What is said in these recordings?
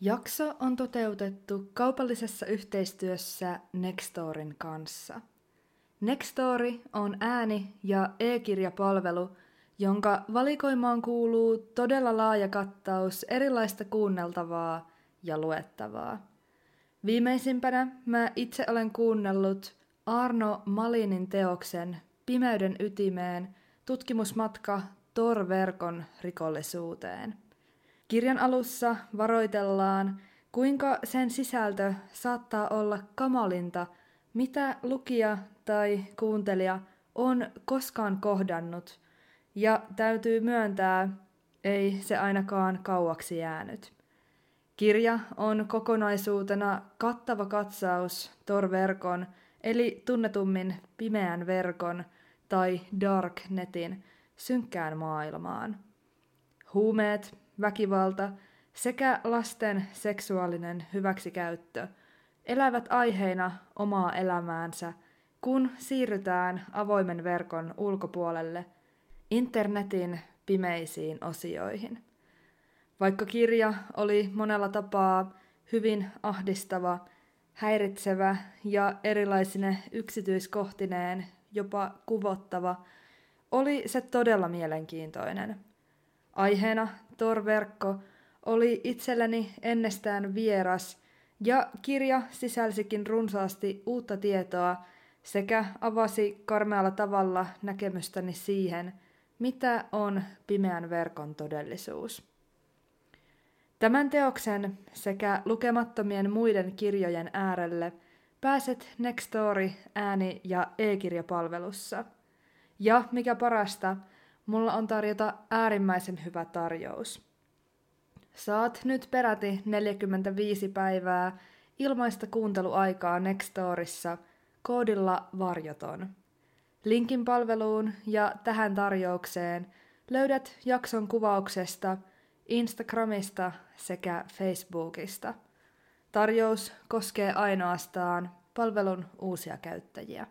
Jakso on toteutettu kaupallisessa yhteistyössä Nextorin kanssa. Nextory on ääni- ja e-kirjapalvelu, jonka valikoimaan kuuluu todella laaja kattaus erilaista kuunneltavaa ja luettavaa. Viimeisimpänä mä itse olen kuunnellut Arno Malinin teoksen Pimeyden ytimeen tutkimusmatka Tor-verkon rikollisuuteen. Kirjan alussa varoitellaan, kuinka sen sisältö saattaa olla kamalinta, mitä lukija tai kuuntelija on koskaan kohdannut, ja täytyy myöntää, ei se ainakaan kauaksi jäänyt. Kirja on kokonaisuutena kattava katsaus Tor-verkon, eli tunnetummin pimeän verkon tai darknetin synkkään maailmaan. Huumeet, väkivalta sekä lasten seksuaalinen hyväksikäyttö elävät aiheina omaa elämäänsä, kun siirrytään avoimen verkon ulkopuolelle internetin pimeisiin osioihin. Vaikka kirja oli monella tapaa hyvin ahdistava, häiritsevä ja erilaisine yksityiskohtineen jopa kuvottava, oli se todella mielenkiintoinen. Aiheena Tor-verkko oli itselleni ennestään vieras, ja kirja sisälsikin runsaasti uutta tietoa sekä avasi karmealla tavalla näkemystäni siihen, mitä on pimeän verkon todellisuus. Tämän teoksen sekä lukemattomien muiden kirjojen äärelle pääset Nextory ääni- ja e-kirjapalvelussa. Ja mikä parasta, mulla on tarjota äärimmäisen hyvä tarjous. Saat nyt peräti 45 päivää ilmaista kuunteluaikaa Nextorissa koodilla VARJOTON. Linkin palveluun ja tähän tarjoukseen löydät jakson kuvauksesta, Instagramista sekä Facebookista. Tarjous koskee ainoastaan palvelun uusia käyttäjiä.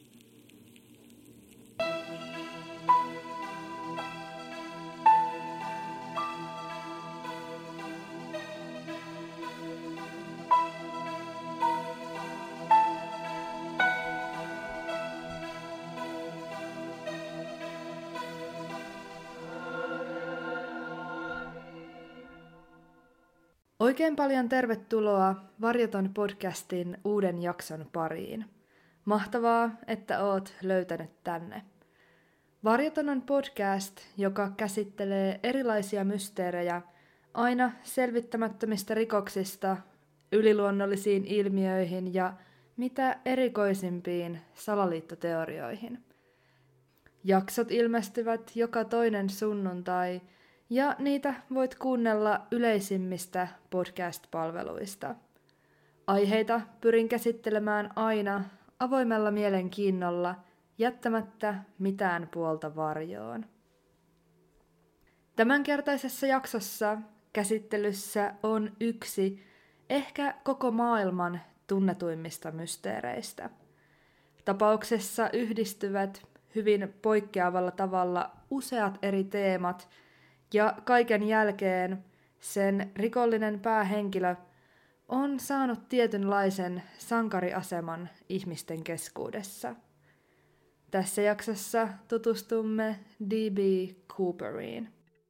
Oikein paljon tervetuloa Varjoton podcastin uuden jakson pariin. Mahtavaa, että oot löytänyt tänne. Varjoton on podcast, joka käsittelee erilaisia mysteerejä aina selvittämättömistä rikoksista, yliluonnollisiin ilmiöihin ja mitä erikoisimpiin salaliittoteorioihin. Jaksot ilmestyvät joka toinen sunnuntai, ja niitä voit kuunnella yleisimmistä podcast-palveluista. Aiheita pyrin käsittelemään aina avoimella mielenkiinnolla, jättämättä mitään puolta varjoon. Tämänkertaisessa jaksossa käsittelyssä on yksi, ehkä koko maailman tunnetuimmista mysteereistä. Tapauksessa yhdistyvät hyvin poikkeavalla tavalla useat eri teemat, ja kaiken jälkeen sen rikollinen päähenkilö on saanut tietynlaisen sankariaseman ihmisten keskuudessa. Tässä jaksossa tutustumme D.B. Cooperiin.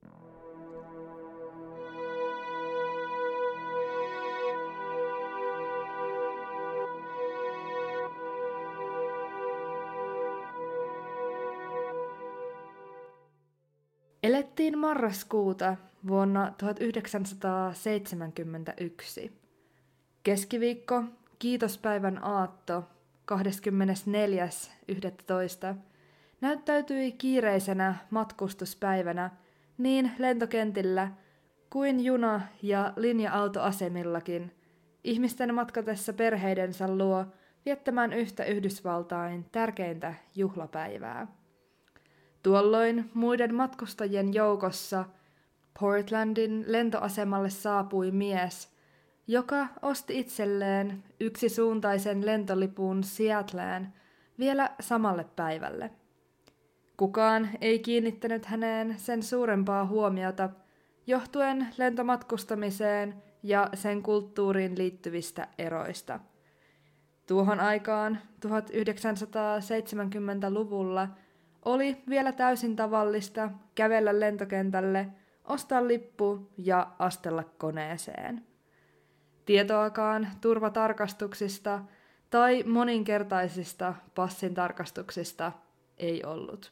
Elettiin marraskuuta vuonna 1971. Keskiviikko, kiitospäivän aatto, 24.11. näyttäytyi kiireisenä matkustuspäivänä niin lentokentillä kuin juna- ja linja-autoasemillakin, ihmisten matkatessa perheidensä luo viettämään yhtä Yhdysvaltain tärkeintä juhlapäivää. Tuolloin muiden matkustajien joukossa Portlandin lentoasemalle saapui mies, joka osti itselleen yksisuuntaisen lentolipun Seattleen vielä samalle päivälle. Kukaan ei kiinnittänyt häneen sen suurempaa huomiota, johtuen lentomatkustamiseen ja sen kulttuuriin liittyvistä eroista. Tuohon aikaan 1970-luvulla oli vielä täysin tavallista kävellä lentokentälle, ostaa lippu ja astella koneeseen. Tietoakaan turvatarkastuksista tai moninkertaisista passin tarkastuksista ei ollut.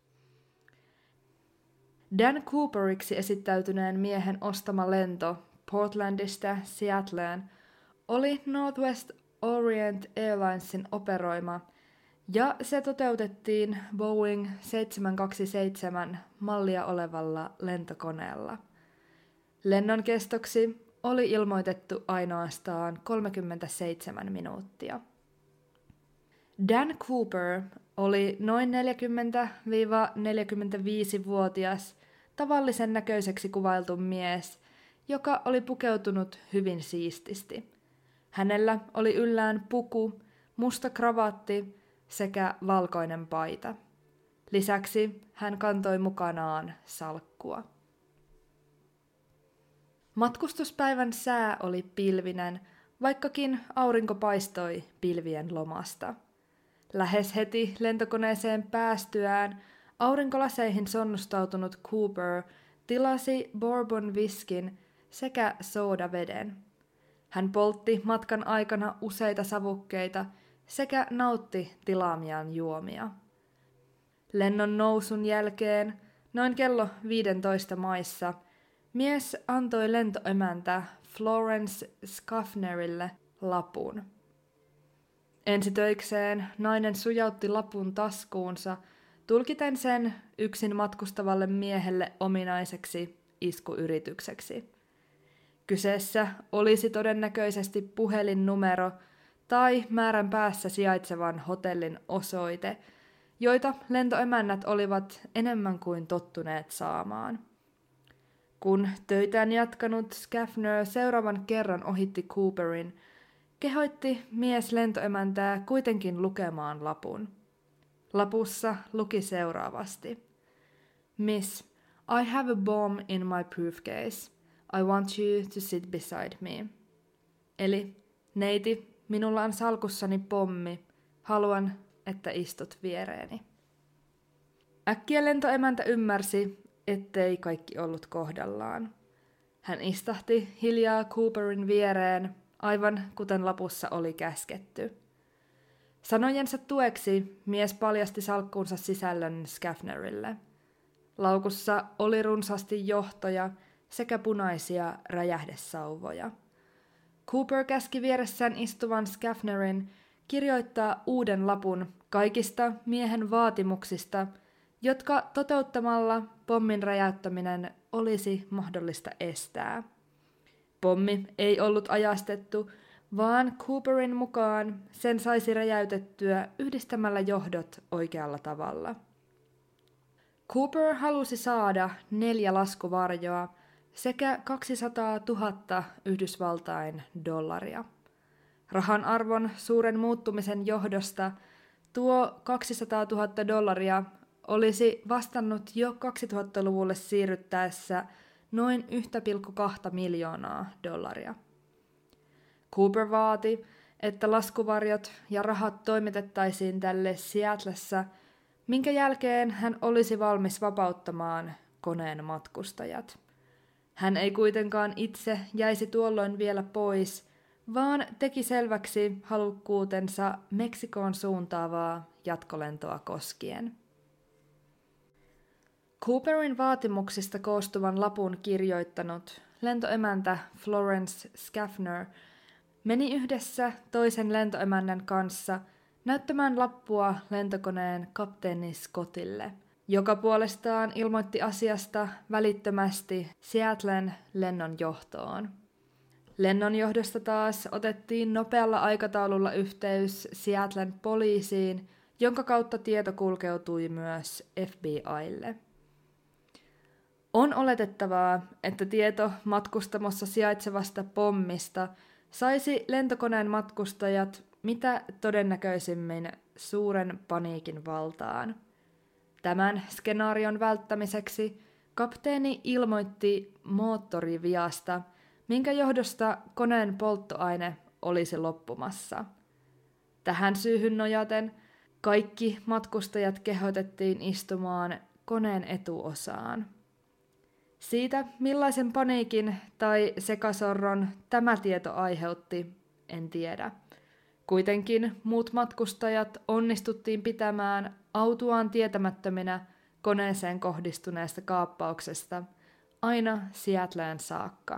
Dan Cooperiksi esittäytyneen miehen ostama lento Portlandista Seattleen oli Northwest Orient Airlinesin operoima, ja se toteutettiin Boeing 727 mallia olevalla lentokoneella. Lennon kestoksi oli ilmoitettu ainoastaan 37 minuuttia. Dan Cooper oli noin 40-45-vuotias, tavallisen näköiseksi kuvailtu mies, joka oli pukeutunut hyvin siististi. Hänellä oli yllään puku, musta kravatti sekä valkoinen paita. Lisäksi hän kantoi mukanaan salkkua. Matkustuspäivän sää oli pilvinen, vaikkakin aurinko paistoi pilvien lomasta. Lähes heti lentokoneeseen päästyään aurinkolaseihin sonnustautunut Cooper tilasi bourbon whiskin sekä soodaveden. Hän poltti matkan aikana useita savukkeita sekä nautti tilaamiaan juomia. Lennon nousun jälkeen, noin kello 15 maissa, mies antoi lentoemäntä Florence Schaffnerille lapun. Ensitöikseen nainen sujautti lapun taskuunsa, tulkiten sen yksin matkustavalle miehelle ominaiseksi iskuyritykseksi. Kyseessä olisi todennäköisesti puhelinnumero tai määrän päässä sijaitsevan hotellin osoite, joita lentoemännät olivat enemmän kuin tottuneet saamaan. Kun töitään jatkanut Schaffner seuraavan kerran ohitti Cooperin, kehoitti mies lentoemäntää kuitenkin lukemaan lapun. Lapussa luki seuraavasti: Miss, I have a bomb in my briefcase. I want you to sit beside me. Eli, neiti, minulla on salkussani pommi. Haluan, että istut viereeni. Äkkiä lentoemäntä ymmärsi, ettei kaikki ollut kohdallaan. Hän istahti hiljaa Cooperin viereen, aivan kuten lapussa oli käsketty. Sanojensa tueksi mies paljasti salkkuunsa sisällön Schaffnerille. Laukussa oli runsaasti johtoja sekä punaisia räjähdesauvoja. Cooper käski vieressään istuvan Schaffnerin kirjoittaa uuden lapun kaikista miehen vaatimuksista, jotka toteuttamalla pommin räjäyttäminen olisi mahdollista estää. Pommi ei ollut ajastettu, vaan Cooperin mukaan sen saisi räjäytettyä yhdistämällä johdot oikealla tavalla. Cooper halusi saada 4 laskuvarjoa sekä 200 000 Yhdysvaltain dollaria. Rahan arvon suuren muuttumisen johdosta tuo 200 000 dollaria olisi vastannut jo 2000-luvulle siirryttäessä noin 1,2 miljoonaa dollaria. Cooper vaati, että laskuvarjot ja rahat toimitettaisiin tälle Seattlessa, minkä jälkeen hän olisi valmis vapauttamaan koneen matkustajat. Hän ei kuitenkaan itse jäisi tuolloin vielä pois, vaan teki selväksi halukkuutensa Meksikoon suuntaavaa jatkolentoa koskien. Cooperin vaatimuksista koostuvan lapun kirjoittanut lentoemäntä Florence Schaffner meni yhdessä toisen lentoemännän kanssa näyttämään lappua lentokoneen kapteeni Scottille, joka puolestaan ilmoitti asiasta välittömästi Seattlen lennon johtoon. Lennon johdosta taas otettiin nopealla aikataululla yhteys Seattlen poliisiin, jonka kautta tieto kulkeutui myös FBI:lle. On oletettavaa, että tieto matkustamossa sijaitsevasta pommista saisi lentokoneen matkustajat mitä todennäköisimmin suuren paniikin valtaan. Tämän skenaarion välttämiseksi kapteeni ilmoitti moottoriviasta, minkä johdosta koneen polttoaine olisi loppumassa. Tähän syyhyn nojaten kaikki matkustajat kehotettiin istumaan koneen etuosaan. Siitä, millaisen paniikin tai sekasorron tämä tieto aiheutti, en tiedä. Kuitenkin muut matkustajat onnistuttiin pitämään autuaan tietämättöminä koneeseen kohdistuneesta kaappauksesta aina Seattleen saakka.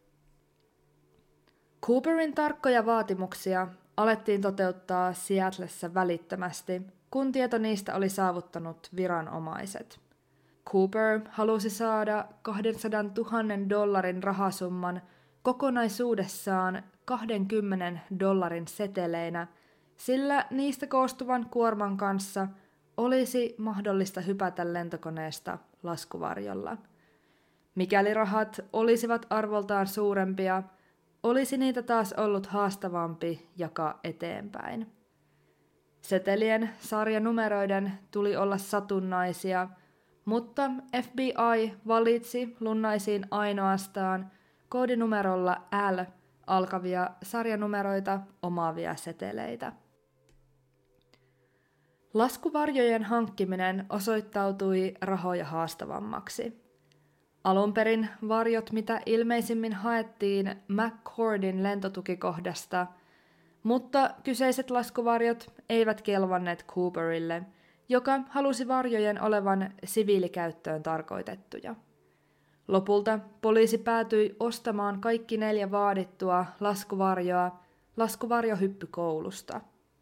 Cooperin tarkkoja vaatimuksia alettiin toteuttaa Seattlessa välittömästi, kun tieto niistä oli saavuttanut viranomaiset. Cooper halusi saada $200,000 rahasumman kokonaisuudessaan $20 seteleinä, sillä niistä koostuvan kuorman kanssa olisi mahdollista hypätä lentokoneesta laskuvarjolla. Mikäli rahat olisivat arvoltaan suurempia, olisi niitä taas ollut haastavampi jakaa eteenpäin. Setelien sarjanumeroiden tuli olla satunnaisia, mutta FBI valitsi lunnaisiin ainoastaan koodinumerolla L alkavia sarjanumeroita omaavia seteleitä. Laskuvarjojen hankkiminen osoittautui rahoja haastavammaksi. Alun perin varjot mitä ilmeisimmin haettiin McCordin lentotukikohdasta, mutta kyseiset laskuvarjot eivät kelvanneet Cooperille, joka halusi varjojen olevan siviilikäyttöön tarkoitettuja. Lopulta poliisi päätyi ostamaan kaikki 4 vaadittua laskuvarjoa laskuvarjohyppykoulusta.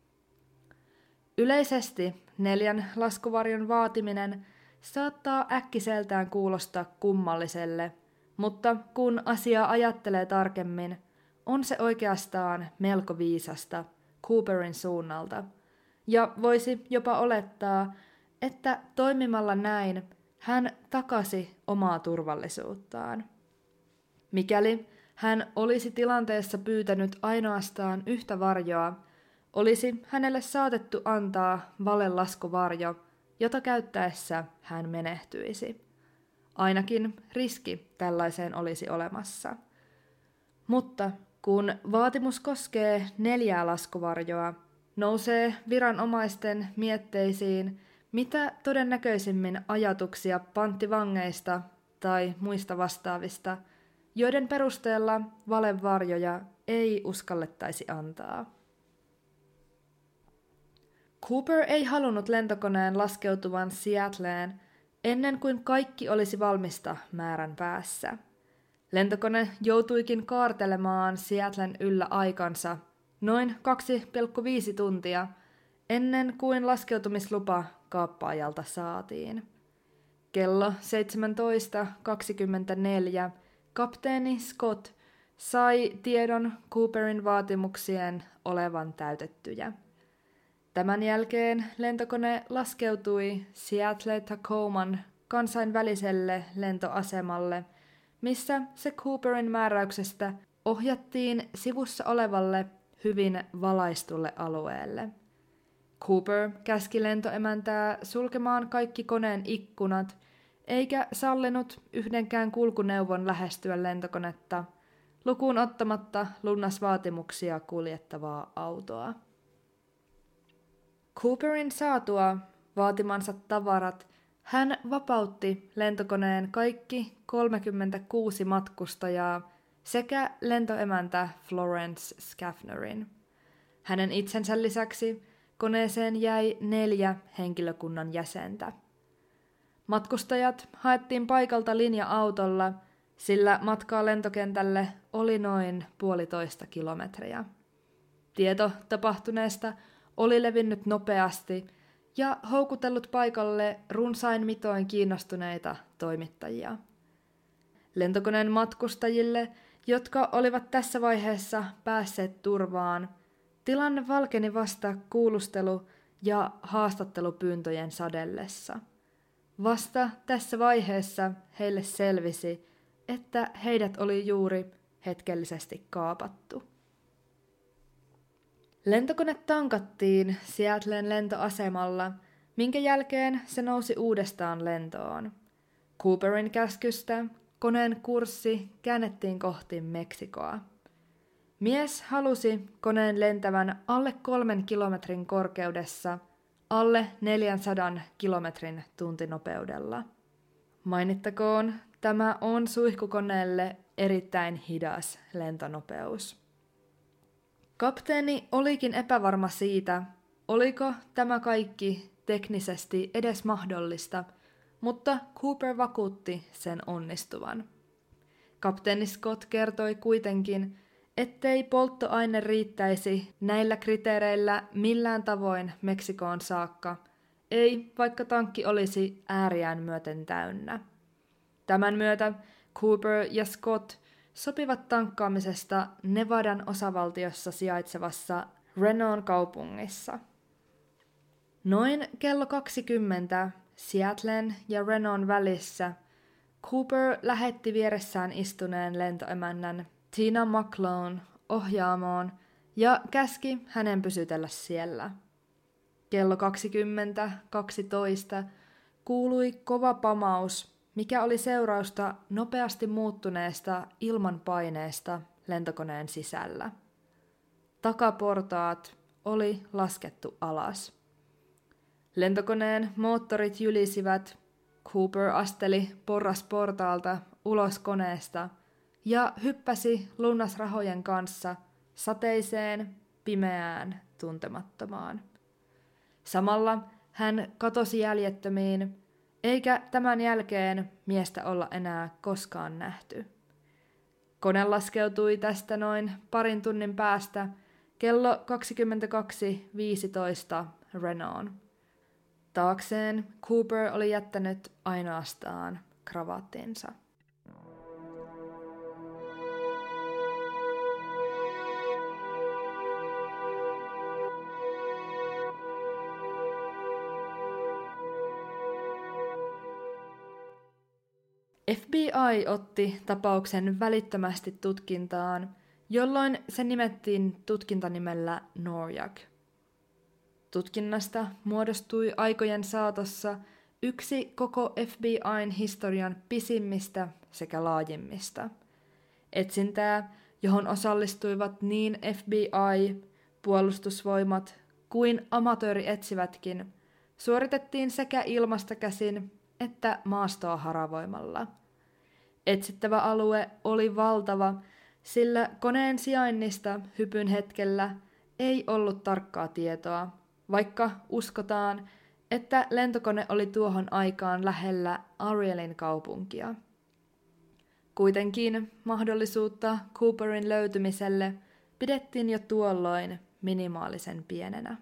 Yleisesti 4 laskuvarjon vaatiminen saattaa äkkiseltään kuulostaa kummalliselle, mutta kun asiaa ajattelee tarkemmin, on se oikeastaan melko viisasta Cooperin suunnalta, ja voisi jopa olettaa, että toimimalla näin hän takasi omaa turvallisuuttaan. Mikäli hän olisi tilanteessa pyytänyt ainoastaan yhtä varjoa, olisi hänelle saatettu antaa valelaskuvarjo, jota käyttäessä hän menehtyisi. Ainakin riski tällaiseen olisi olemassa. Mutta kun vaatimus koskee 4 laskuvarjoa, nousee viranomaisten mietteisiin mitä todennäköisimmin ajatuksia panttivangeista tai muista vastaavista, joiden perusteella valevarjoja ei uskallettaisi antaa. Cooper ei halunnut lentokoneen laskeutuvan Seattleen ennen kuin kaikki olisi valmista määrän päässä. Lentokone joutuikin kaartelemaan Seattlen yllä aikansa noin 2,5 tuntia ennen kuin laskeutumislupa kaappaajalta saatiin. Kello 17.24 kapteeni Scott sai tiedon Cooperin vaatimuksien olevan täytettyjä. Tämän jälkeen lentokone laskeutui Seattle-Tacoman kansainväliselle lentoasemalle, missä se Cooperin määräyksestä ohjattiin sivussa olevalle hyvin valaistulle alueelle. Cooper käski lentoemäntää sulkemaan kaikki koneen ikkunat, eikä sallinut yhdenkään kulkuneuvon lähestyä lentokonetta, lukuun ottamatta lunnasvaatimuksia kuljettavaa autoa. Cooperin saatua vaatimansa tavarat hän vapautti lentokoneen kaikki 36 matkustajaa sekä lentoemäntä Florence Schaffnerin. Hänen itsensä lisäksi koneeseen jäi 4 henkilökunnan jäsentä. Matkustajat haettiin paikalta linja-autolla, sillä matkaa lentokentälle oli noin 1,5 kilometriä. Tieto tapahtuneesta oli levinnyt nopeasti ja houkutellut paikalle runsain mitoin kiinnostuneita toimittajia. Lentokoneen matkustajille, jotka olivat tässä vaiheessa päässeet turvaan, tilanne valkeni vasta kuulustelu- ja haastattelupyyntöjen sadellessa. Vasta tässä vaiheessa heille selvisi, että heidät oli juuri hetkellisesti kaapattu. Lentokone tankattiin Seattlen lentoasemalla, minkä jälkeen se nousi uudestaan lentoon. Cooperin käskystä koneen kurssi käännettiin kohti Meksikoa. Mies halusi koneen lentävän alle 3 kilometrin korkeudessa alle 400 kilometrin tuntinopeudella. Mainittakoon, tämä on suihkukoneelle erittäin hidas lentonopeus. Kapteeni olikin epävarma siitä, oliko tämä kaikki teknisesti edes mahdollista, mutta Cooper vakuutti sen onnistuvan. Kapteeni Scott kertoi kuitenkin, ettei polttoaine riittäisi näillä kriteereillä millään tavoin Meksikoon saakka, ei vaikka tankki olisi ääriään myöten täynnä. Tämän myötä Cooper ja Scott sopivat tankkaamisesta Nevadan osavaltiossa sijaitsevassa Renon kaupungissa. Noin kello 20 Seattlen ja Renon välissä Cooper lähetti vieressään istuneen lentoemännän Tina McClone ohjaamoon ja käski hänen pysytellä siellä. Kello 20:12 kuului kova pamaus, mikä oli seurausta nopeasti muuttuneesta ilmanpaineesta lentokoneen sisällä. Takaportaat oli laskettu alas. Lentokoneen moottorit jylisivät, Cooper asteli porrasportaalta ulos koneesta ja hyppäsi lunnasrahojen kanssa sateiseen, pimeään, tuntemattomaan. Samalla hän katosi jäljettömiin, eikä tämän jälkeen miestä olla enää koskaan nähty. Kone laskeutui tästä noin parin tunnin päästä kello 22:15 Renoon. Taakseen Cooper oli jättänyt ainoastaan kravattinsa. FBI otti tapauksen välittömästi tutkintaan, jolloin se nimettiin tutkintanimellä Norjak. Tutkinnasta muodostui aikojen saatossa yksi koko FBI:n historian pisimmistä sekä laajimmista. Etsintää, johon osallistuivat niin FBI, puolustusvoimat kuin amatöörietsivätkin, suoritettiin sekä ilmasta käsin että maastoa haravoimalla. Etsittävä alue oli valtava, sillä koneen sijainnista hypyn hetkellä ei ollut tarkkaa tietoa, vaikka uskotaan, että lentokone oli tuohon aikaan lähellä Arielin kaupunkia. Kuitenkin mahdollisuutta Cooperin löytymiselle pidettiin jo tuolloin minimaalisen pienenä.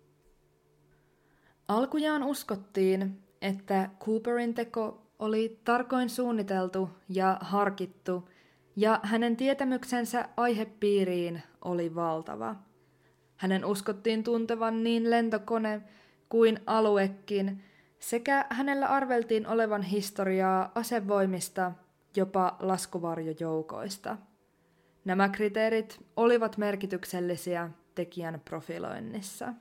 Alkujaan uskottiin, että Cooperin teko oli tarkoin suunniteltu ja harkittu, ja hänen tietämyksensä aihepiiriin oli valtava. Hänen uskottiin tuntevan niin lentokone kuin aluekin, sekä hänellä arveltiin olevan historiaa asevoimista, jopa laskuvarjojoukoista. Nämä kriteerit olivat merkityksellisiä tekijän profiloinnissa.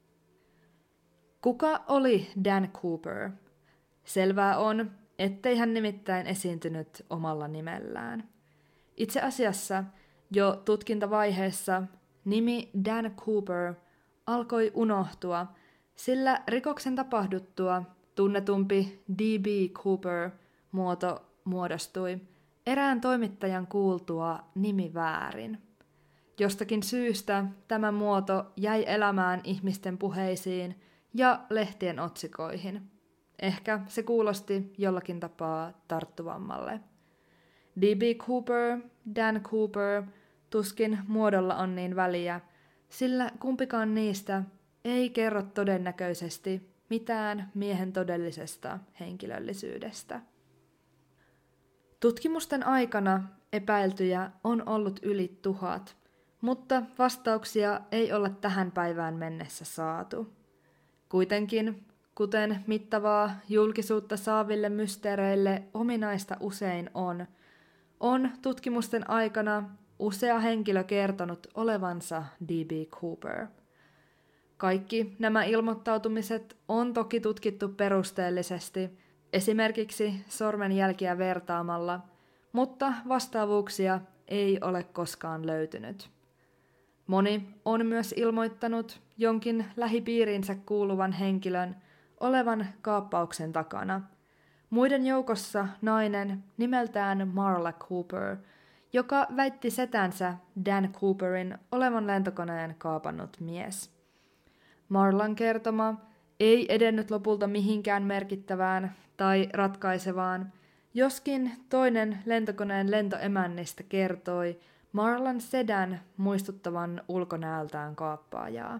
Kuka oli Dan Cooper? Selvää on, ettei hän nimittäin esiintynyt omalla nimellään. Itse asiassa jo tutkintavaiheessa nimi Dan Cooper alkoi unohtua, sillä rikoksen tapahduttua tunnetumpi D.B. Cooper-muoto muodostui erään toimittajan kuultua nimi väärin. Jostakin syystä tämä muoto jäi elämään ihmisten puheisiin ja lehtien otsikoihin. Ehkä se kuulosti jollakin tapaa tarttuvammalle. D.B. Cooper, Dan Cooper, tuskin muodolla on niin väliä, sillä kumpikaan niistä ei kerro todennäköisesti mitään miehen todellisesta henkilöllisyydestä. Tutkimusten aikana epäiltyjä on ollut yli 1000, mutta vastauksia ei olla tähän päivään mennessä saatu. Kuitenkin, kuten mittavaa julkisuutta saaville mysteereille ominaista usein on tutkimusten aikana usea henkilö kertonut olevansa D.B. Cooper. Kaikki nämä ilmoittautumiset on toki tutkittu perusteellisesti, esimerkiksi sormenjälkiä vertaamalla, mutta vastaavuuksia ei ole koskaan löytynyt. Moni on myös ilmoittanut jonkin lähipiirinsä kuuluvan henkilön olevan kaappauksen takana. Muiden joukossa nainen nimeltään Marla Cooper, joka väitti setänsä Dan Cooperin olevan lentokoneen kaapannut mies. Marlan kertoma ei edennyt lopulta mihinkään merkittävään tai ratkaisevaan, joskin toinen lentokoneen lentoemännistä kertoi Marlan sedän muistuttavan ulkonäöltään kaappaajaa.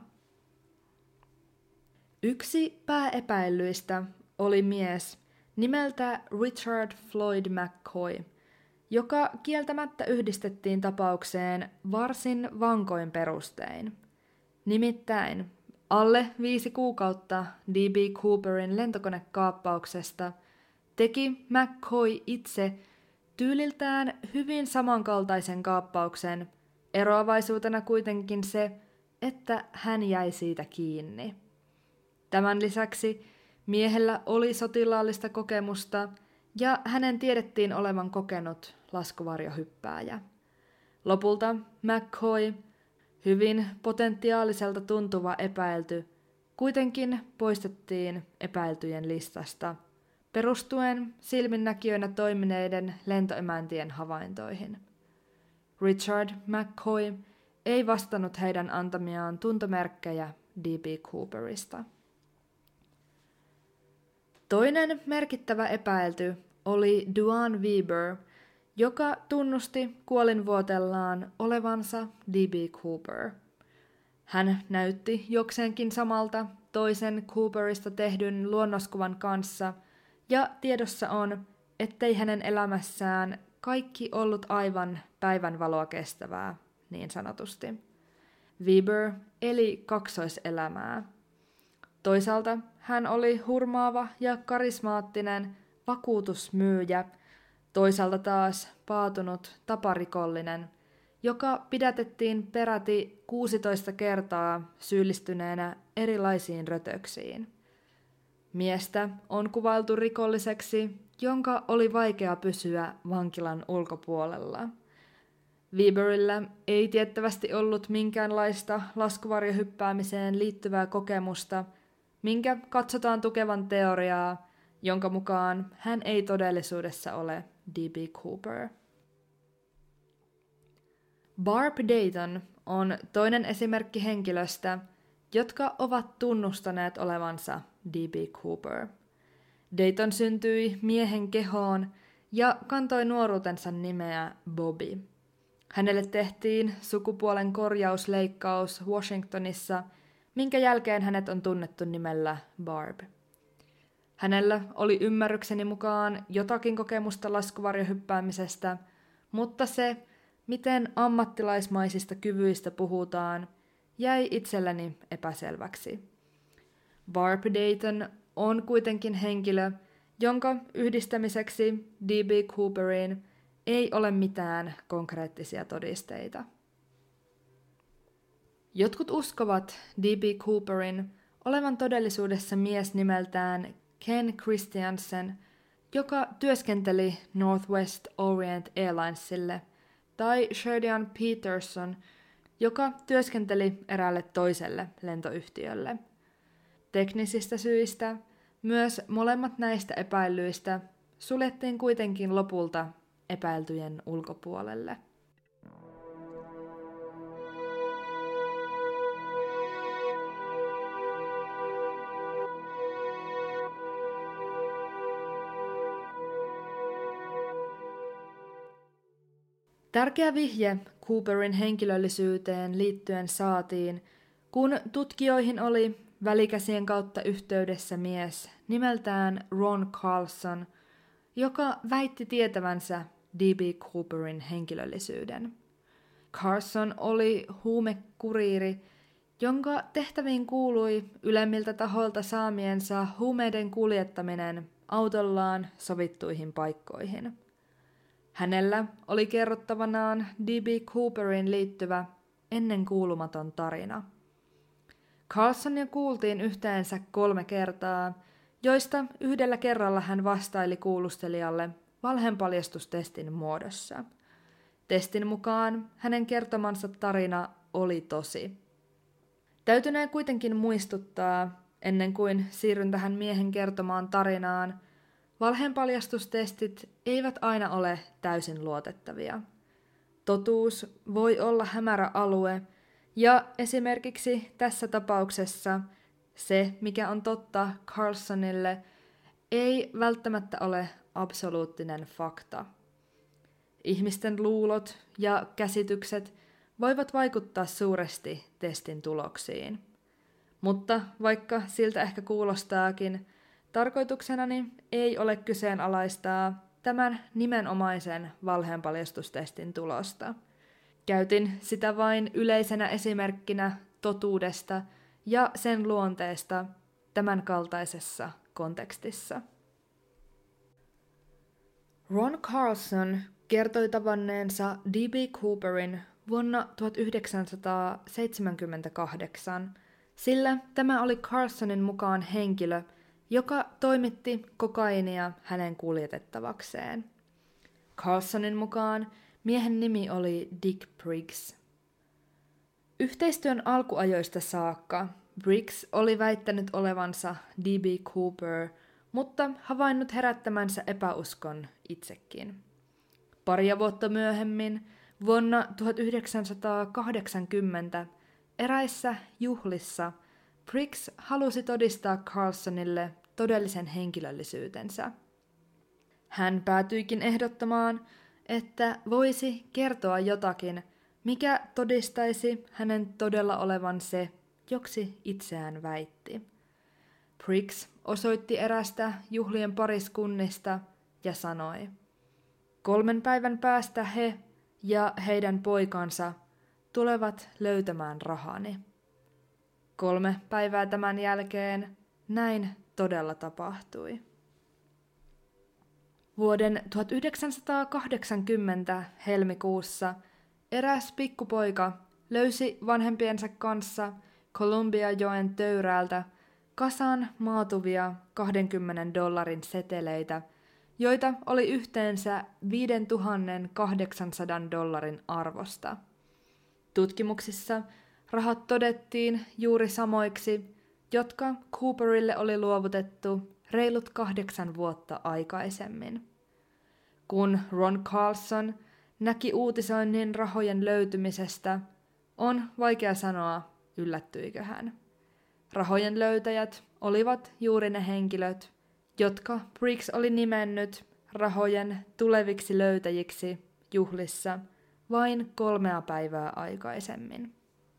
Yksi pääepäillyistä oli mies nimeltä Richard Floyd McCoy, joka kieltämättä yhdistettiin tapaukseen varsin vankoin perustein. Nimittäin alle 5 kuukautta D.B. Cooperin lentokonekaappauksesta teki McCoy itse tyyliltään hyvin samankaltaisen kaappauksen, eroavaisuutena kuitenkin se, että hän jäi siitä kiinni. Tämän lisäksi miehellä oli sotilaallista kokemusta ja hänen tiedettiin olevan kokenut laskuvarjohyppääjä. Lopulta McCoy, hyvin potentiaaliselta tuntuva epäilty, kuitenkin poistettiin epäiltyjen listasta, perustuen silminnäkijöinä toimineiden lentoemäntien havaintoihin. Richard McCoy ei vastannut heidän antamiaan tuntomerkkejä D.B. Cooperista. Toinen merkittävä epäilty oli Duane Weber, joka tunnusti kuolinvuotellaan olevansa D.B. Cooper. Hän näytti jokseenkin samalta toisen Cooperista tehdyn luonnoskuvan kanssa, ja tiedossa on, ettei hänen elämässään kaikki ollut aivan päivänvaloa kestävää, niin sanotusti. Weber eli kaksoiselämää. Toisaalta hän oli hurmaava ja karismaattinen vakuutusmyyjä, toisaalta taas paatunut taparikollinen, joka pidätettiin peräti 16 kertaa syyllistyneenä erilaisiin rötöksiin. Miestä on kuvailtu rikolliseksi, jonka oli vaikea pysyä vankilan ulkopuolella. Weberillä ei tiettävästi ollut minkäänlaista laskuvarjohyppäämiseen liittyvää kokemusta, minkä katsotaan tukevan teoriaa, jonka mukaan hän ei todellisuudessa ole D.B. Cooper. Barb Dayton on toinen esimerkki henkilöstä, jotka ovat tunnustaneet olevansa D.B. Cooper. Dayton syntyi miehen kehoon ja kantoi nuoruutensa nimeä Bobby. Hänelle tehtiin sukupuolen korjausleikkaus Washingtonissa, minkä jälkeen hänet on tunnettu nimellä Barb. Hänellä oli ymmärrykseni mukaan jotakin kokemusta laskuvarjohyppäämisestä, mutta se, miten ammattilaismaisista kyvyistä puhutaan, jäi itselleni epäselväksi. Barb Dayton on kuitenkin henkilö, jonka yhdistämiseksi D.B. Cooperiin ei ole mitään konkreettisia todisteita. Jotkut uskovat D.B. Cooperin olevan todellisuudessa mies nimeltään Ken Christiansen, joka työskenteli Northwest Orient Airlinesille, tai Sheridan Peterson, joka työskenteli eräälle toiselle lentoyhtiölle. Teknisistä syistä myös molemmat näistä epäillyistä suljettiin kuitenkin lopulta epäiltyjen ulkopuolelle. Tärkeä vihje Cooperin henkilöllisyyteen liittyen saatiin, kun tutkijoihin oli välikäsien kautta yhteydessä mies nimeltään Ron Carlson, joka väitti tietävänsä D.B. Cooperin henkilöllisyyden. Carlson oli huumekuriiri, jonka tehtäviin kuului ylemmiltä tahoilta saamiensa huumeiden kuljettaminen autollaan sovittuihin paikkoihin. Hänellä oli kerrottavanaan D.B. Cooperin liittyvä ennenkuulumaton tarina. Carlsonia kuultiin yhteensä 3 kertaa, joista yhdellä kerralla hän vastaili kuulustelijalle, valheenpaljastustestin muodossa. Testin mukaan hänen kertomansa tarina oli tosi. Täytynee kuitenkin muistuttaa, ennen kuin siirryn tähän miehen kertomaan tarinaan, valheenpaljastustestit eivät aina ole täysin luotettavia. Totuus voi olla hämärä alue, ja esimerkiksi tässä tapauksessa se, mikä on totta Carlsonille, ei välttämättä ole absoluuttinen fakta. Ihmisten luulot ja käsitykset voivat vaikuttaa suuresti testin tuloksiin. Mutta vaikka siltä ehkä kuulostaakin, tarkoituksenani ei ole kyseenalaistaa tämän nimenomaisen valheenpaljastustestin tulosta. Käytin sitä vain yleisenä esimerkkinä totuudesta ja sen luonteesta tämän kaltaisessa kontekstissa. Ron Carlson kertoi tavanneensa D.B. Cooperin vuonna 1978, sillä tämä oli Carlsonin mukaan henkilö, joka toimitti kokaiinia hänen kuljetettavakseen. Carlsonin mukaan miehen nimi oli Dick Briggs. Yhteistyön alkuajoista saakka Briggs oli väittänyt olevansa D.B. Cooper, mutta havainnut herättämänsä epäuskon itsekin. Paria vuotta myöhemmin, vuonna 1980, eräissä juhlissa Briggs halusi todistaa Carlsonille todellisen henkilöllisyytensä. Hän päätyikin ehdottamaan, että voisi kertoa jotakin, mikä todistaisi hänen todella olevan se, joksi itseään väitti. Briggs osoitti erästä juhlien pariskunnista ja sanoi: 3 päivän päästä he ja heidän poikansa tulevat löytämään rahani. 3 päivää tämän jälkeen näin todella tapahtui. Vuoden 1980 helmikuussa eräs pikkupoika löysi vanhempiensa kanssa Columbiajoen töyräältä kasan maatuvia $20 seteleitä, joita oli yhteensä $5,800 arvosta. Tutkimuksissa rahat todettiin juuri samoiksi, jotka Cooperille oli luovutettu reilut 8 vuotta aikaisemmin. Kun Ron Carlson näki uutisoinnin rahojen löytymisestä, on vaikea sanoa, yllättyikö hän. Rahojen löytäjät olivat juuri ne henkilöt, jotka Briggs oli nimennyt rahojen tuleviksi löytäjiksi juhlissa vain 3 päivää aikaisemmin.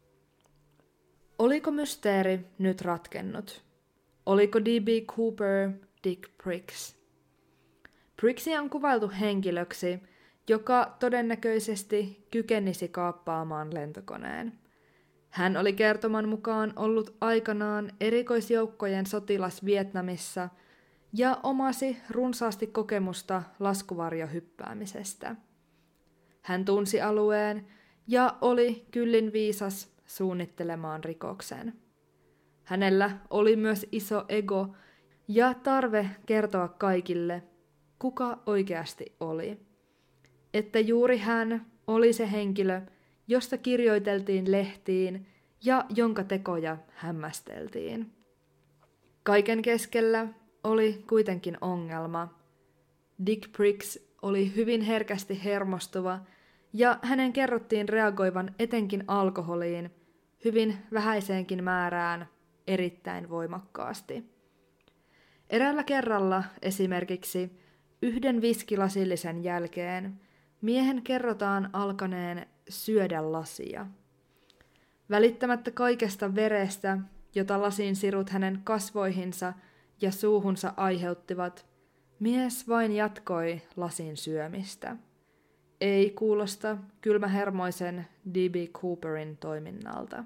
Oliko mysteeri nyt ratkennut? Oliko D.B. Cooper Dick Briggs? Briggsia on kuvailtu henkilöksi, joka todennäköisesti kykenisi kaappaamaan lentokoneen. Hän oli kertoman mukaan ollut aikanaan erikoisjoukkojen sotilas Vietnamissa ja omasi runsaasti kokemusta laskuvarjohyppäämisestä. Hän tunsi alueen ja oli kyllin viisas suunnittelemaan rikoksen. Hänellä oli myös iso ego ja tarve kertoa kaikille, kuka oikeasti oli. Että juuri hän oli se henkilö, josta kirjoiteltiin lehtiin ja jonka tekoja hämmästeltiin. Kaiken keskellä oli kuitenkin ongelma. Dick Briggs oli hyvin herkästi hermostuva ja hänen kerrottiin reagoivan etenkin alkoholiin, hyvin vähäiseenkin määrään, erittäin voimakkaasti. Eräällä kerralla esimerkiksi 1 viskilasillisen jälkeen miehen kerrotaan alkaneen syödä lasia. Välittämättä kaikesta verestä, jota lasin sirut hänen kasvoihinsa ja suuhunsa aiheuttivat, mies vain jatkoi lasin syömistä. Ei kuulosta kylmähermoisen D.B. Cooperin toiminnalta.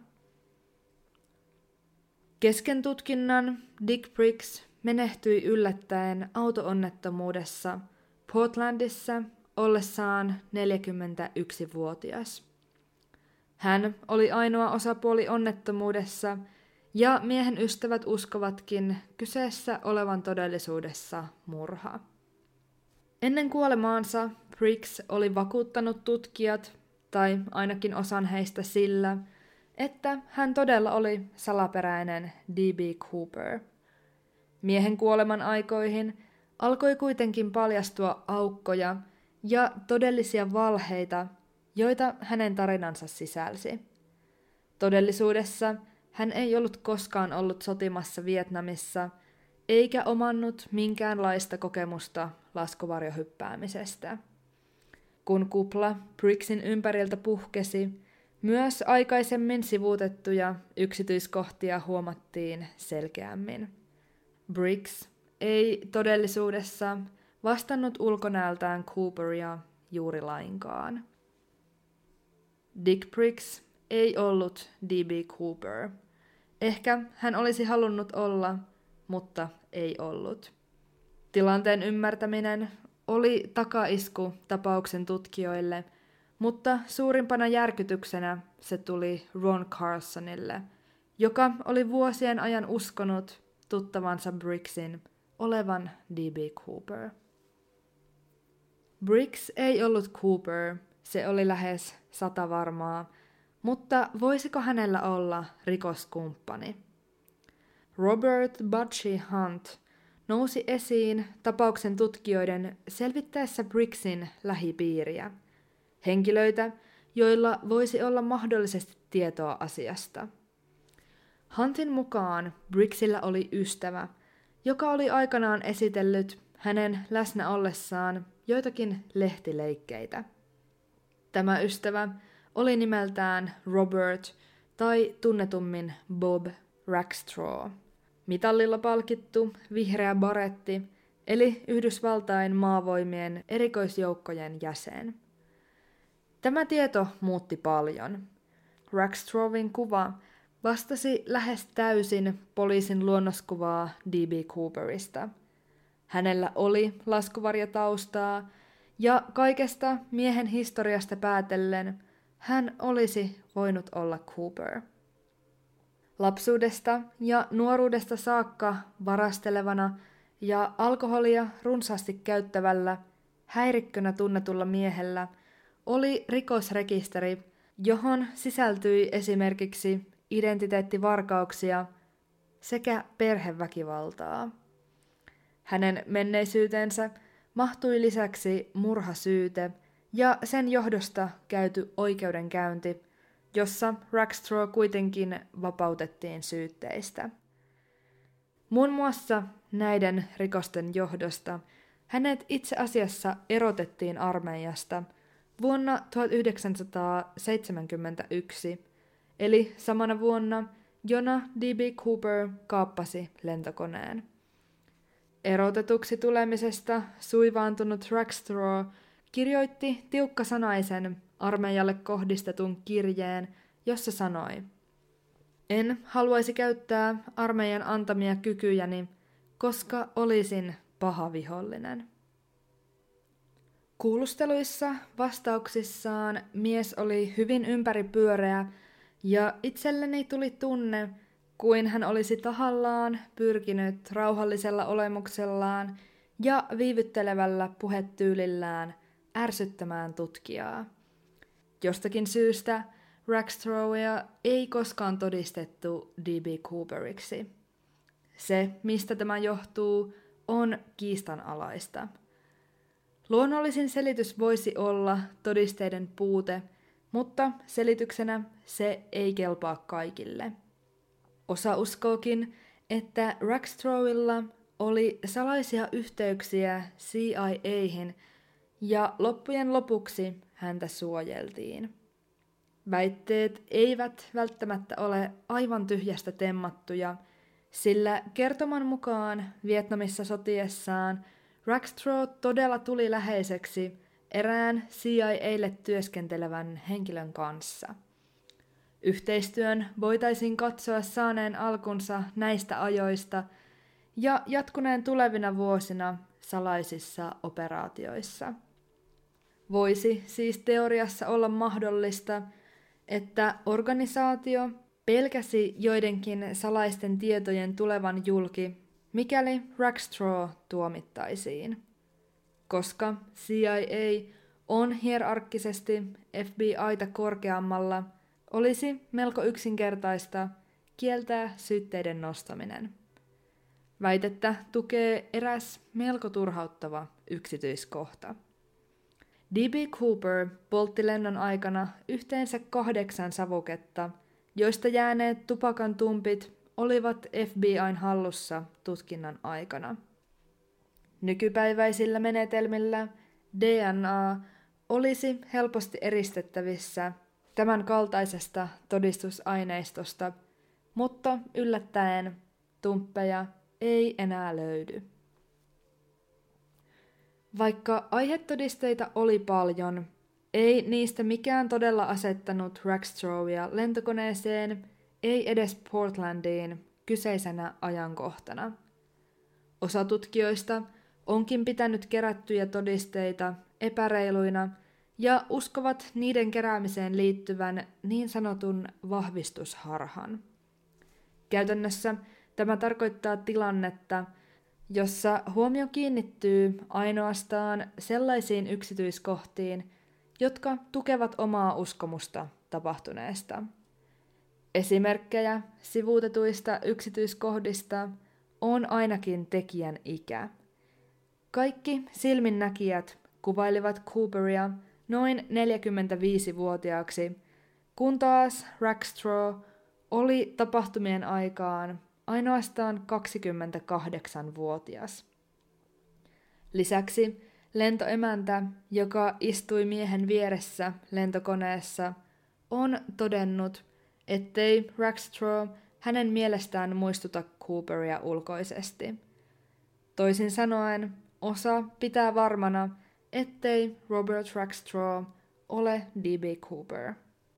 Kesken tutkinnan Dick Briggs menehtyi yllättäen auto-onnettomuudessa Portlandissa ollessaan 41-vuotias. Hän oli ainoa osapuoli onnettomuudessa, ja miehen ystävät uskovatkin kyseessä olevan todellisuudessa murha. Ennen kuolemaansa Briggs oli vakuuttanut tutkijat, tai ainakin osan heistä sillä, että hän todella oli salaperäinen D.B. Cooper. Miehen kuoleman aikoihin alkoi kuitenkin paljastua aukkoja ja todellisia valheita, joita hänen tarinansa sisälsi. Todellisuudessa hän ei ollut koskaan ollut sotimassa Vietnamissa, eikä omannut minkäänlaista kokemusta laskuvarjohyppäämisestä. Kun kupla Briggsin ympäriltä puhkesi, myös aikaisemmin sivuutettuja yksityiskohtia huomattiin selkeämmin. Briggs ei todellisuudessa vastannut ulkonäöltään Cooperia juuri lainkaan. Dick Briggs ei ollut D.B. Cooper. Ehkä hän olisi halunnut olla, mutta ei ollut. Tilanteen ymmärtäminen oli takaisku tapauksen tutkijoille, mutta suurimpana järkytyksenä se tuli Ron Carsonille, joka oli vuosien ajan uskonut tuttavansa Briggsin olevan D.B. Cooper. Briggs ei ollut Cooper, se oli lähes 100 varmaa, mutta voisiko hänellä olla rikoskumppani? Robert Butchie Hunt nousi esiin tapauksen tutkijoiden selvittäessä Briggsin lähipiiriä, henkilöitä, joilla voisi olla mahdollisesti tietoa asiasta. Huntin mukaan Briggsillä oli ystävä, joka oli aikanaan esitellyt hänen läsnä ollessaan joitakin lehtileikkeitä. Tämä ystävä oli nimeltään Robert tai tunnetummin Bob Rackstraw, mitallilla palkittu vihreä baretti, eli Yhdysvaltain maavoimien erikoisjoukkojen jäsen. Tämä tieto muutti paljon. Rackstrawin kuva vastasi lähes täysin poliisin luonnoskuvaa D.B. Cooperista. Hänellä oli laskuvarjotaustaa, ja kaikesta miehen historiasta päätellen hän olisi voinut olla Cooper. Lapsuudesta ja nuoruudesta saakka varastelevana ja alkoholia runsaasti käyttävällä, häirikkönä tunnetulla miehellä oli rikosrekisteri, johon sisältyi esimerkiksi identiteettivarkauksia sekä perheväkivaltaa. Hänen menneisyytensä mahtui lisäksi murhasyyte ja sen johdosta käyty oikeudenkäynti, jossa Rackstraw kuitenkin vapautettiin syytteistä. Muun muassa näiden rikosten johdosta hänet itse asiassa erotettiin armeijasta vuonna 1971, eli samana vuonna, jona D.B. Cooper kaappasi lentokoneen. Erotetuksi tulemisesta suivaantunut Rackstraw kirjoitti tiukkasanaisen armeijalle kohdistetun kirjeen, jossa sanoi: "En haluaisi käyttää armeijan antamia kykyjäni, koska olisin paha vihollinen." Kuulusteluissa vastauksissaan mies oli hyvin ympäripyöreä ja itselleni tuli tunne, kuin hän olisi tahallaan pyrkinyt rauhallisella olemuksellaan ja viivyttelevällä puhetyylillään ärsyttämään tutkijaa. Jostakin syystä Rackstrawia ei koskaan todistettu D.B. Cooperiksi. Se, mistä tämä johtuu, on kiistanalaista. Luonnollisin selitys voisi olla todisteiden puute, mutta selityksenä se ei kelpaa kaikille. Osa uskookin, että Rackstrawilla oli salaisia yhteyksiä CIA:hin ja loppujen lopuksi häntä suojeltiin. Väitteet eivät välttämättä ole aivan tyhjästä temmattuja, sillä kertoman mukaan Vietnamissa sotiessaan Rackstraw todella tuli läheiseksi erään CIA:lle työskentelevän henkilön kanssa. Yhteistyön voitaisiin katsoa saaneen alkunsa näistä ajoista ja jatkuneen tulevina vuosina salaisissa operaatioissa. Voisi siis teoriassa olla mahdollista, että organisaatio pelkäsi joidenkin salaisten tietojen tulevan julki, mikäli Rackstraw tuomittaisiin. koska CIA on hierarkkisesti FBI:ta korkeammalla, olisi melko yksinkertaista kieltää syytteiden nostaminen. Väitettä tukee eräs melko turhauttava yksityiskohta. D.B. Cooper poltti lennon aikana yhteensä 8 savuketta, joista jääneet tupakan tumpit olivat FBI:n hallussa tutkinnan aikana. Nykypäiväisillä menetelmillä DNA olisi helposti eristettävissä tämän kaltaisesta todistusaineistosta, mutta yllättäen tumppeja ei enää löydy. Vaikka aihetodisteita oli paljon, ei niistä mikään todella asettanut Rackstrawia lentokoneeseen, ei edes Portlandiin kyseisenä ajankohtana. Osa tutkijoista onkin pitänyt kerättyjä todisteita epäreiluina ja uskovat niiden keräämiseen liittyvän niin sanotun vahvistusharhan. Käytännössä tämä tarkoittaa tilannetta, jossa huomio kiinnittyy ainoastaan sellaisiin yksityiskohtiin, jotka tukevat omaa uskomusta tapahtuneesta. Esimerkkejä sivuutetuista yksityiskohdista on ainakin tekijän ikä. Kaikki silminnäkijät kuvailivat Cooperia noin 45-vuotiaaksi, kun taas Rackstraw oli tapahtumien aikaan ainoastaan 28-vuotias. Lisäksi lentoemäntä, joka istui miehen vieressä lentokoneessa, on todennut, ettei Rackstraw hänen mielestään muistuta Cooperia ulkoisesti. Toisin sanoen, osa pitää varmana, ettei Robert Rackstraw ole D.B. Cooper.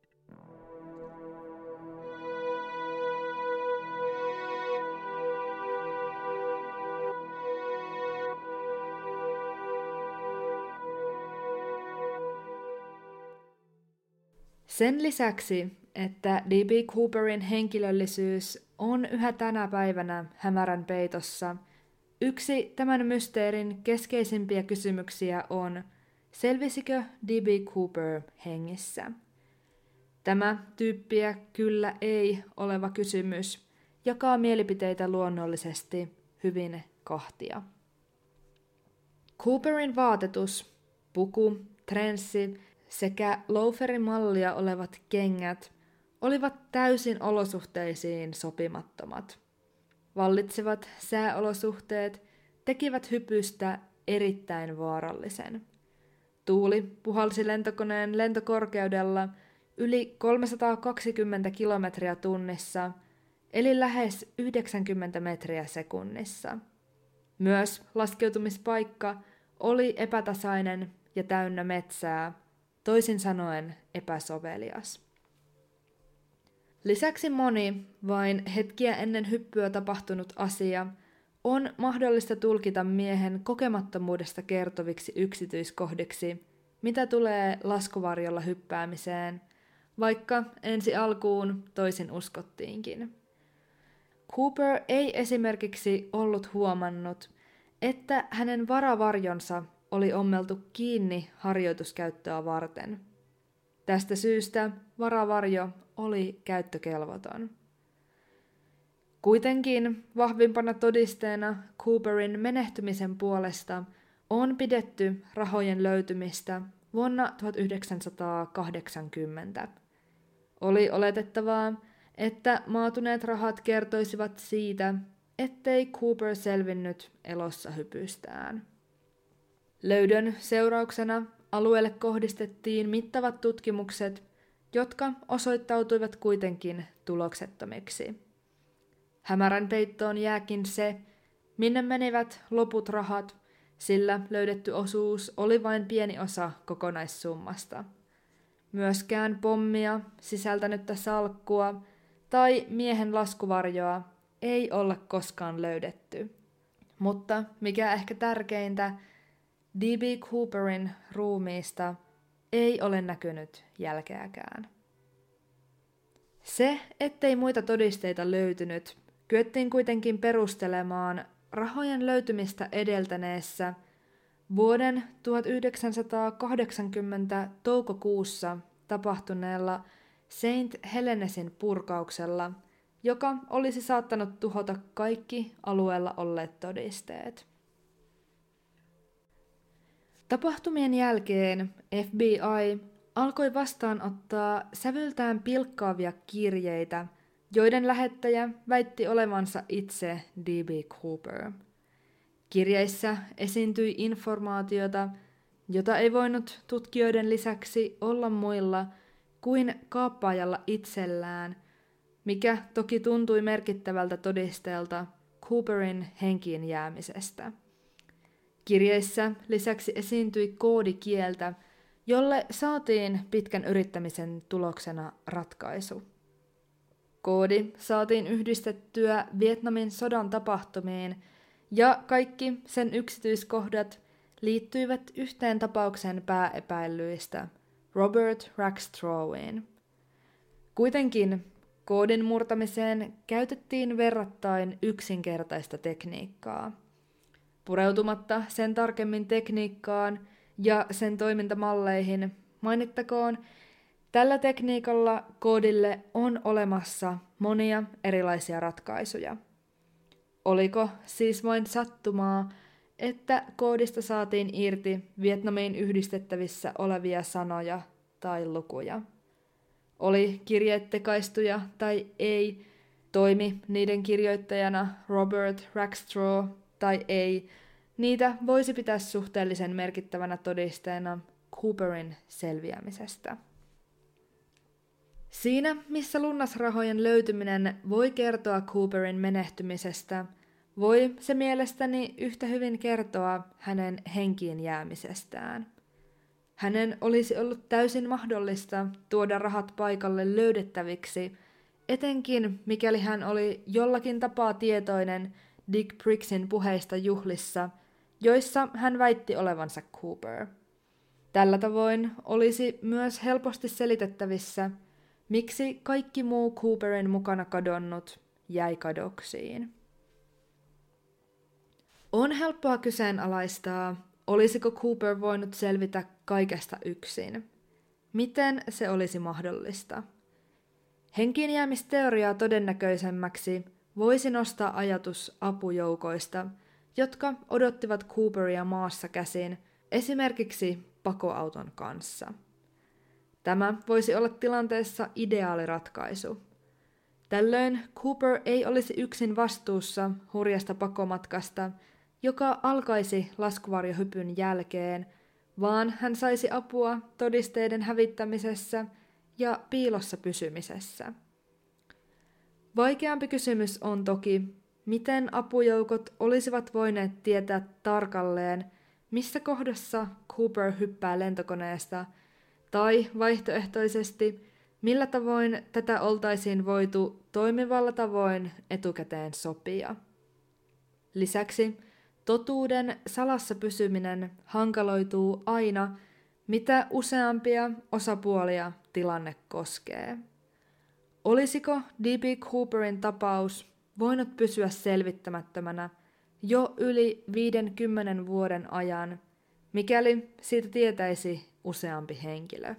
Sen lisäksi, että D.B. Cooperin henkilöllisyys on yhä tänä päivänä hämärän peitossa, yksi tämän mysteerin keskeisimpiä kysymyksiä on, selvisikö D.B. Cooper hengissä? Tämä tyyppiä kyllä ei oleva kysymys jakaa mielipiteitä luonnollisesti hyvin kahtia. Cooperin vaatetus, puku, trenssi sekä loaferimallia olevat kengät olivat täysin olosuhteisiin sopimattomat. Vallitsevat sääolosuhteet tekivät hypystä erittäin vaarallisen. Tuuli puhalsi lentokoneen lentokorkeudella yli 320 kilometriä tunnissa, eli lähes 90 metriä sekunnissa. Myös laskeutumispaikka oli epätasainen ja täynnä metsää, toisin sanoen epäsovelias. Lisäksi moni vain hetkiä ennen hyppyä tapahtunut asia on mahdollista tulkita miehen kokemattomuudesta kertoviksi yksityiskohdiksi, mitä tulee laskuvarjolla hyppäämiseen, vaikka ensi alkuun toisin uskottiinkin. Cooper ei esimerkiksi ollut huomannut, että hänen varavarjonsa oli ommeltu kiinni harjoituskäyttöä varten. Tästä syystä varavarjo oli käyttökelvoton. Kuitenkin vahvimpana todisteena Cooperin menehtymisen puolesta on pidetty rahojen löytymistä vuonna 1980. Oli oletettavaa, että maatuneet rahat kertoisivat siitä, ettei Cooper selvinnyt elossa hypystään. Löydön seurauksena alueelle kohdistettiin mittavat tutkimukset, jotka osoittautuivat kuitenkin tuloksettomiksi. Hämärän peittoon jääkin se, minne menivät loput rahat, sillä löydetty osuus oli vain pieni osa kokonaissummasta. Myöskään pommia, sisältänyttä salkkua tai miehen laskuvarjoa ei olla koskaan löydetty. Mutta mikä ehkä tärkeintä, D.B. Cooperin ruumiista ei ole näkynyt jälkeäkään. Se, ettei muita todisteita löytynyt, kyettiin kuitenkin perustelemaan rahojen löytymistä edeltäneessä, Vuoden 1980 toukokuussa tapahtuneella Saint Helenesin purkauksella, joka olisi saattanut tuhota kaikki alueella olleet todisteet. Tapahtumien jälkeen FBI alkoi vastaanottaa sävyltään pilkkaavia kirjeitä, joiden lähettäjä väitti olevansa itse D.B. Cooper. Kirjeissä esiintyi informaatiota, jota ei voinut tutkijoiden lisäksi olla muilla kuin kaappaajalla itsellään, mikä toki tuntui merkittävältä todisteelta Cooperin henkiin jäämisestä. Kirjeissä lisäksi esiintyi koodikieltä, jolle saatiin pitkän yrittämisen tuloksena ratkaisu. Koodi saatiin yhdistettyä Vietnamin sodan tapahtumiin, ja kaikki sen yksityiskohdat liittyivät yhteen tapauksen pääepäillyistä, Robert Rackstrawiin. Kuitenkin koodin murtamiseen käytettiin verrattain yksinkertaista tekniikkaa. Pureutumatta sen tarkemmin tekniikkaan ja sen toimintamalleihin, mainittakoon, tällä tekniikalla koodille on olemassa monia erilaisia ratkaisuja. Oliko siis vain sattumaa, että koodista saatiin irti Vietnamiin yhdistettävissä olevia sanoja tai lukuja? Oli kirjeet tekaistuja tai ei, toimi niiden kirjoittajana Robert Rackstraw tai ei, niitä voisi pitää suhteellisen merkittävänä todisteena Cooperin selviämisestä. Siinä, missä lunnasrahojen löytyminen voi kertoa Cooperin menehtymisestä, voi se mielestäni yhtä hyvin kertoa hänen henkiin jäämisestään. Hänen olisi ollut täysin mahdollista tuoda rahat paikalle löydettäviksi, etenkin mikäli hän oli jollakin tapaa tietoinen Dick Briggsin puheista juhlissa, joissa hän väitti olevansa Cooper. Tällä tavoin olisi myös helposti selitettävissä, miksi kaikki muu Cooperin mukana kadonnut jäi kadoksiin. On helppoa kyseenalaistaa, olisiko Cooper voinut selvitä kaikesta yksin. Miten se olisi mahdollista? Henkiinjäämisteoriaa todennäköisemmäksi voisi nostaa ajatus apujoukoista, jotka odottivat Cooperia maassa käsin, esimerkiksi pakoauton kanssa. Tämä voisi olla tilanteessa ideaaliratkaisu. Tällöin Cooper ei olisi yksin vastuussa hurjasta pakomatkasta, joka alkaisi laskuvarjohypyn jälkeen, vaan hän saisi apua todisteiden hävittämisessä ja piilossa pysymisessä. Vaikeampi kysymys on toki, miten apujoukot olisivat voineet tietää tarkalleen, missä kohdassa Cooper hyppää lentokoneesta, tai vaihtoehtoisesti, millä tavoin tätä oltaisiin voitu toimivalla tavoin etukäteen sopia. Lisäksi totuuden salassa pysyminen hankaloituu aina, mitä useampia osapuolia tilanne koskee. Olisiko D.B. Cooperin tapaus voinut pysyä selvittämättömänä jo yli 50 vuoden ajan, mikäli siitä tietäisi useampi henkilö?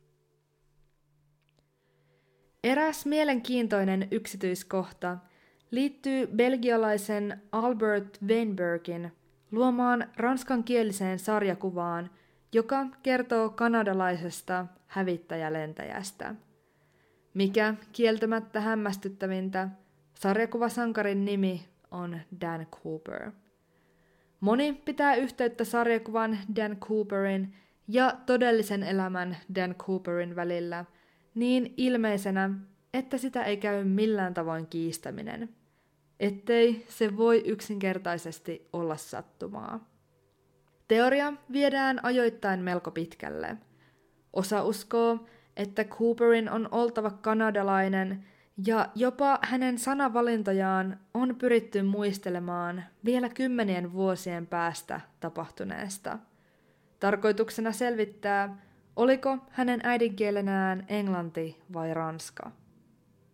Eräs mielenkiintoinen yksityiskohta liittyy belgialaisen Albert Weinbergin luomaan ranskankieliseen sarjakuvaan, joka kertoo kanadalaisesta hävittäjälentäjästä. Mikä kieltämättä hämmästyttävintä, sarjakuvasankarin nimi on Dan Cooper. Moni pitää yhteyttä sarjakuvan Dan Cooperin ja todellisen elämän Dan Cooperin välillä niin ilmeisenä, että sitä ei käy millään tavoin kiistäminen, ettei se voi yksinkertaisesti olla sattumaa. Teoria viedään ajoittain melko pitkälle. Osa uskoo, että Cooperin on oltava kanadalainen ja jopa hänen sanavalintojaan on pyritty muistelemaan vielä 10 vuosien päästä tapahtuneesta. Tarkoituksena selvittää, oliko hänen äidinkielenään englanti vai ranska.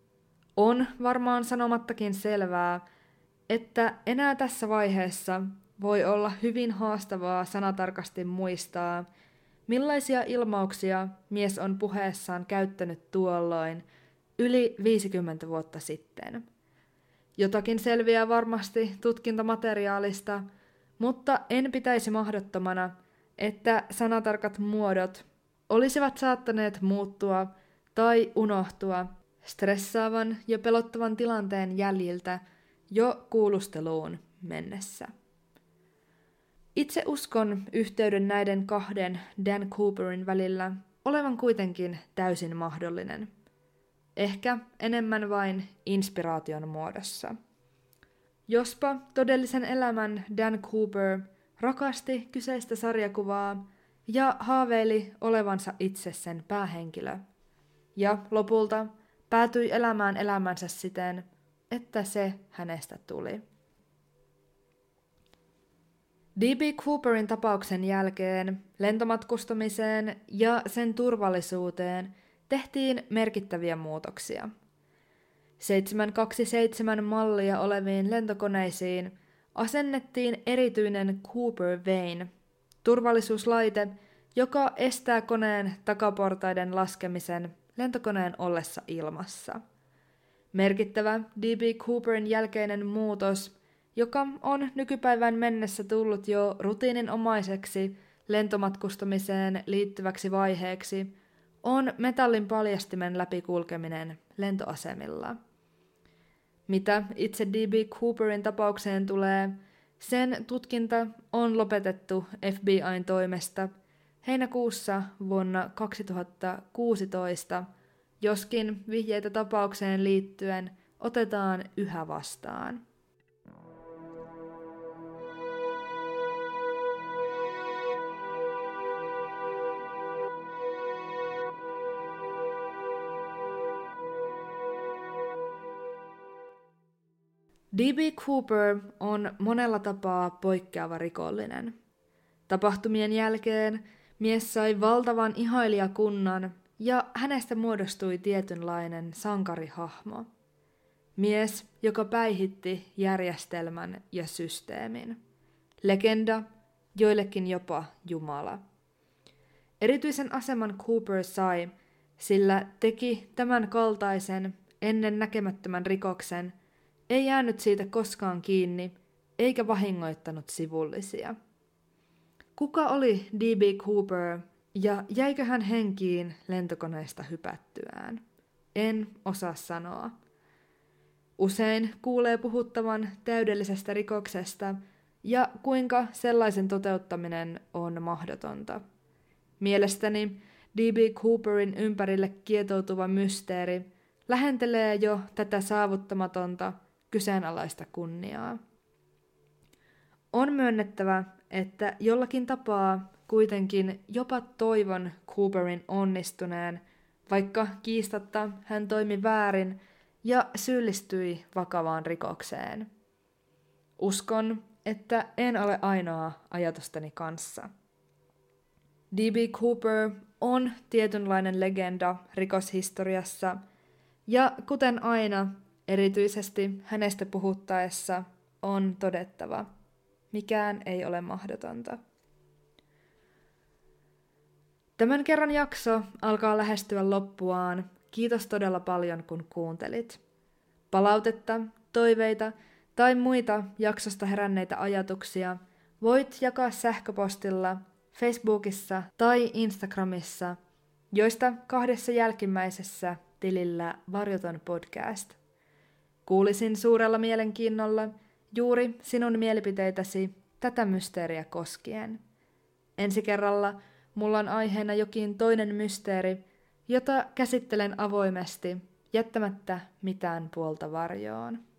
On varmaan sanomattakin selvää, että enää tässä vaiheessa voi olla hyvin haastavaa sanatarkasti muistaa, millaisia ilmauksia mies on puheessaan käyttänyt tuolloin yli 50 vuotta sitten. Jotakin selviää varmasti tutkintamateriaalista, mutta en pitäisi mahdottomana, että sanatarkat muodot olisivat saattaneet muuttua tai unohtua stressaavan ja pelottavan tilanteen jäljiltä jo kuulusteluun mennessä. Itse uskon yhteyden näiden kahden Dan Cooperin välillä olevan kuitenkin täysin mahdollinen. Ehkä enemmän vain inspiraation muodossa. Jospa todellisen elämän Dan Cooper rakasti kyseistä sarjakuvaa ja haaveili olevansa itse sen päähenkilö. Ja lopulta päätyi elämään elämänsä siten, että se hänestä tuli. D.B. Cooperin tapauksen jälkeen lentomatkustamiseen ja sen turvallisuuteen tehtiin merkittäviä muutoksia. 727 mallia oleviin lentokoneisiin asennettiin erityinen Cooper Vane, turvallisuuslaite, joka estää koneen takaportaiden laskemisen lentokoneen ollessa ilmassa. Merkittävä D.B. Cooperin jälkeinen muutos, joka on nykypäivään mennessä tullut jo rutiininomaiseksi lentomatkustamiseen liittyväksi vaiheeksi, on metallin paljastimen läpikulkeminen lentoasemilla. Mitä itse D.B. Cooperin tapaukseen tulee, sen tutkinta on lopetettu FBI:n toimesta heinäkuussa vuonna 2016, joskin vihjeitä tapaukseen liittyen otetaan yhä vastaan. D.B. Cooper on monella tapaa poikkeava rikollinen. Tapahtumien jälkeen mies sai valtavan ihailijakunnan ja hänestä muodostui tietynlainen sankarihahmo. Mies, joka päihitti järjestelmän ja systeemin. Legenda, joillekin jopa Jumala. Erityisen aseman Cooper sai, sillä teki tämän kaltaisen ennen näkemättömän rikoksen, ei jäänyt siitä koskaan kiinni, eikä vahingoittanut sivullisia. Kuka oli D.B. Cooper ja jäikö hän henkiin lentokoneesta hypättyään? En osaa sanoa. Usein kuulee puhuttavan täydellisestä rikoksesta ja kuinka sellaisen toteuttaminen on mahdotonta. Mielestäni D.B. Cooperin ympärille kietoutuva mysteeri lähentelee jo tätä saavuttamatonta kyseenalaista kunniaa. On myönnettävä, että jollakin tapaa kuitenkin jopa toivon Cooperin onnistuneen, vaikka kiistatta hän toimi väärin ja syyllistyi vakavaan rikokseen. Uskon, että en ole ainoa ajatusteni kanssa. D.B. Cooper on tietynlainen legenda rikoshistoriassa, ja kuten aina, erityisesti hänestä puhuttaessa on todettava, mikään ei ole mahdotonta. Tämän kerran jakso alkaa lähestyä loppuaan. Kiitos todella paljon, kun kuuntelit. Palautetta, toiveita tai muita jaksosta heränneitä ajatuksia voit jakaa sähköpostilla, Facebookissa tai Instagramissa, joista 2 jälkimmäisessä tilillä Varjoton podcast. Kuulisin suurella mielenkiinnolla juuri sinun mielipiteitäsi tätä mysteeriä koskien. Ensi kerralla mulla on aiheena jokin toinen mysteeri, jota käsittelen avoimesti, jättämättä mitään puolta varjoon.